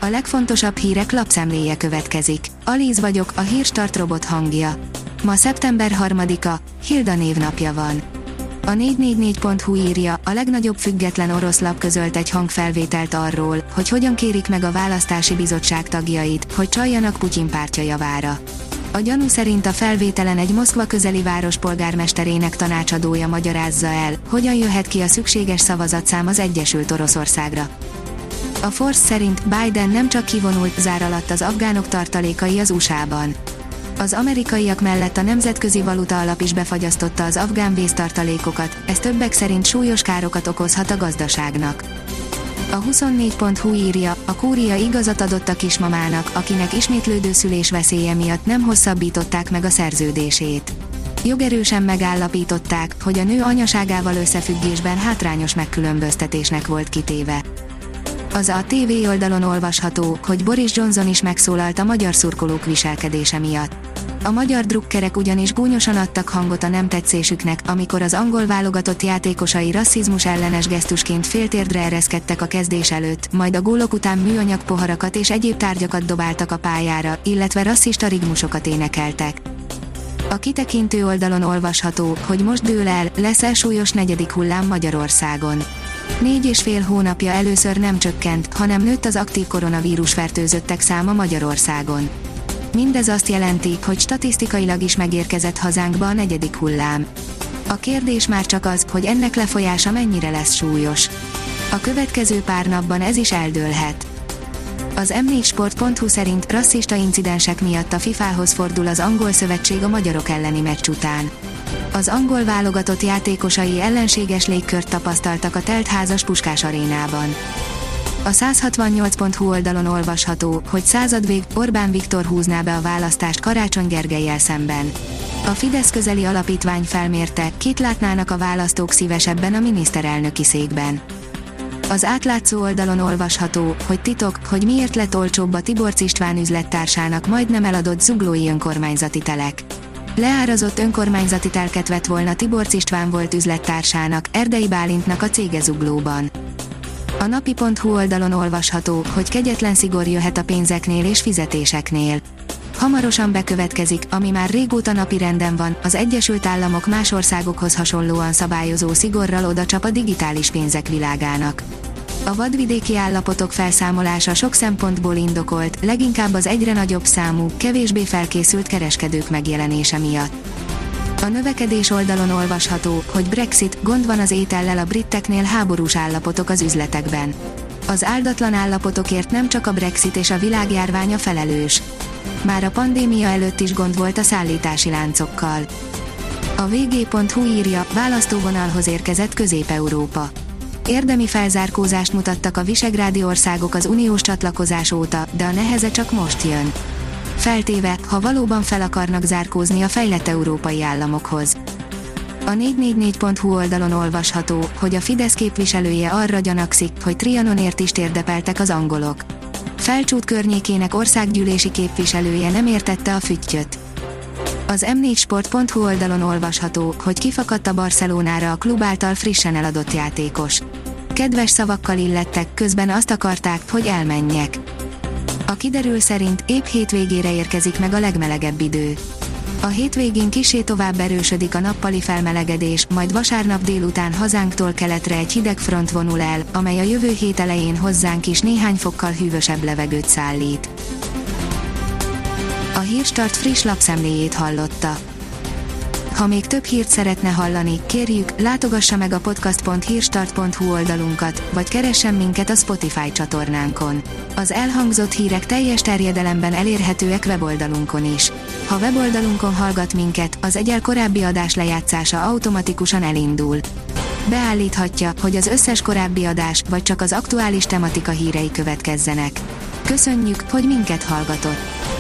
A legfontosabb hírek lapszemléje következik. Alíz vagyok, a Hírstart robot hangja. Ma szeptember 3-a, Hilda névnapja van. A 444.hu írja, a legnagyobb független orosz lap közölt egy hangfelvételt arról, hogy hogyan kérik meg a választási bizottság tagjait, hogy csaljanak Putyin pártja javára. A gyanú szerint a felvételen egy Moszkva közeli város polgármesterének tanácsadója magyarázza el, hogyan jöhet ki a szükséges szavazatszám az Egyesült Oroszországra. A Force szerint Biden nem csak kivonult, zár alatt az afgánok tartalékai az USA-ban. Az amerikaiak mellett a Nemzetközi Valuta Alap is befagyasztotta az afgán vésztartalékokat, ez többek szerint súlyos károkat okozhat a gazdaságnak. A 24.hu írja, a kúria igazat adott a kismamának, akinek ismétlődő szülés veszélye miatt nem hosszabbították meg a szerződését. Jogerősen megállapították, hogy a nő anyaságával összefüggésben hátrányos megkülönböztetésnek volt kitéve. Az ATV oldalon olvasható, hogy Boris Johnson is megszólalt a magyar szurkolók viselkedése miatt. A magyar drukkerek ugyanis gúnyosan adtak hangot a nem tetszésüknek, amikor az angol válogatott játékosai rasszizmus ellenes gesztusként féltérdre ereszkedtek a kezdés előtt, majd a gólok után műanyag poharakat és egyéb tárgyakat dobáltak a pályára, illetve rasszista rigmusokat énekeltek. A kitekintő oldalon olvasható, hogy most dől el, lesz-e súlyos negyedik hullám Magyarországon. 4,5 hónapja először nem csökkent, hanem nőtt az aktív koronavírus fertőzöttek száma Magyarországon. Mindez azt jelenti, hogy statisztikailag is megérkezett hazánkba a negyedik hullám. A kérdés már csak az, hogy ennek lefolyása mennyire lesz súlyos. A következő pár napban ez is eldőlhet. Az m4sport.hu szerint rasszista incidensek miatt a FIFA-hoz fordul az angol szövetség a magyarok elleni meccs után. Az angol válogatott játékosai ellenséges légkört tapasztaltak a teltházas Puskás arénában. A 168.hu oldalon olvasható, hogy századvég Orbán Viktor húzná be a választást Karácsony Gergellyel szemben. A Fidesz közeli alapítvány felmérte, kit látnának a választók szívesebben a miniszterelnöki székben. Az átlátszó oldalon olvasható, hogy titok, hogy miért lett olcsóbb a Tiborcs István üzlettársának majdnem eladott zuglói önkormányzati telek. Leárazott önkormányzati telket vett volna Tiborcs István volt üzlettársának, Erdei Bálintnak a cége Zuglóban. A napi.hu oldalon olvasható, hogy kegyetlen szigor jöhet a pénzeknél és fizetéseknél. Hamarosan bekövetkezik, ami már régóta napirenden van, az Egyesült Államok más országokhoz hasonlóan szabályozó szigorral odacsap a digitális pénzek világának. A vadvidéki állapotok felszámolása sok szempontból indokolt, leginkább az egyre nagyobb számú, kevésbé felkészült kereskedők megjelenése miatt. A növekedés oldalon olvasható, hogy Brexit, gond van az étellel a briteknél háborús állapotok az üzletekben. Az áldatlan állapotokért nem csak a Brexit és a világjárvány a felelős. Már a pandémia előtt is gond volt a szállítási láncokkal. A vg.hu írja, választóvonalhoz érkezett Közép-Európa. Érdemi felzárkózást mutattak a visegrádi országok az uniós csatlakozás óta, de a neheze csak most jön. Feltéve, ha valóban fel akarnak zárkózni a fejlett európai államokhoz. A 444.hu oldalon olvasható, hogy a Fidesz képviselője arra gyanakszik, hogy Trianonért is térdepeltek az angolok. Felcsút környékének országgyűlési képviselője nem értette a füttyöt. Az m4sport.hu oldalon olvasható, hogy kifakadt a Barcelonára a klub által frissen eladott játékos. Kedves szavakkal illettek, közben azt akarták, hogy elmenjek. A kiderül szerint épp hétvégére érkezik meg a legmelegebb idő. A hétvégén kissé tovább erősödik a nappali felmelegedés, majd vasárnap délután hazánktól keletre egy hideg front vonul el, amely a jövő hét elején hozzánk is néhány fokkal hűvösebb levegőt szállít. A Hírstart friss lapszemléjét hallotta. Ha még több hírt szeretne hallani, kérjük, látogassa meg a podcast.hírstart.hu oldalunkat, vagy keressen minket a Spotify csatornánkon. Az elhangzott hírek teljes terjedelemben elérhetőek weboldalunkon is. Ha weboldalunkon hallgat minket, az egyel korábbi adás lejátszása automatikusan elindul. Beállíthatja, hogy az összes korábbi adás, vagy csak az aktuális tematika hírei következzenek. Köszönjük, hogy minket hallgatott!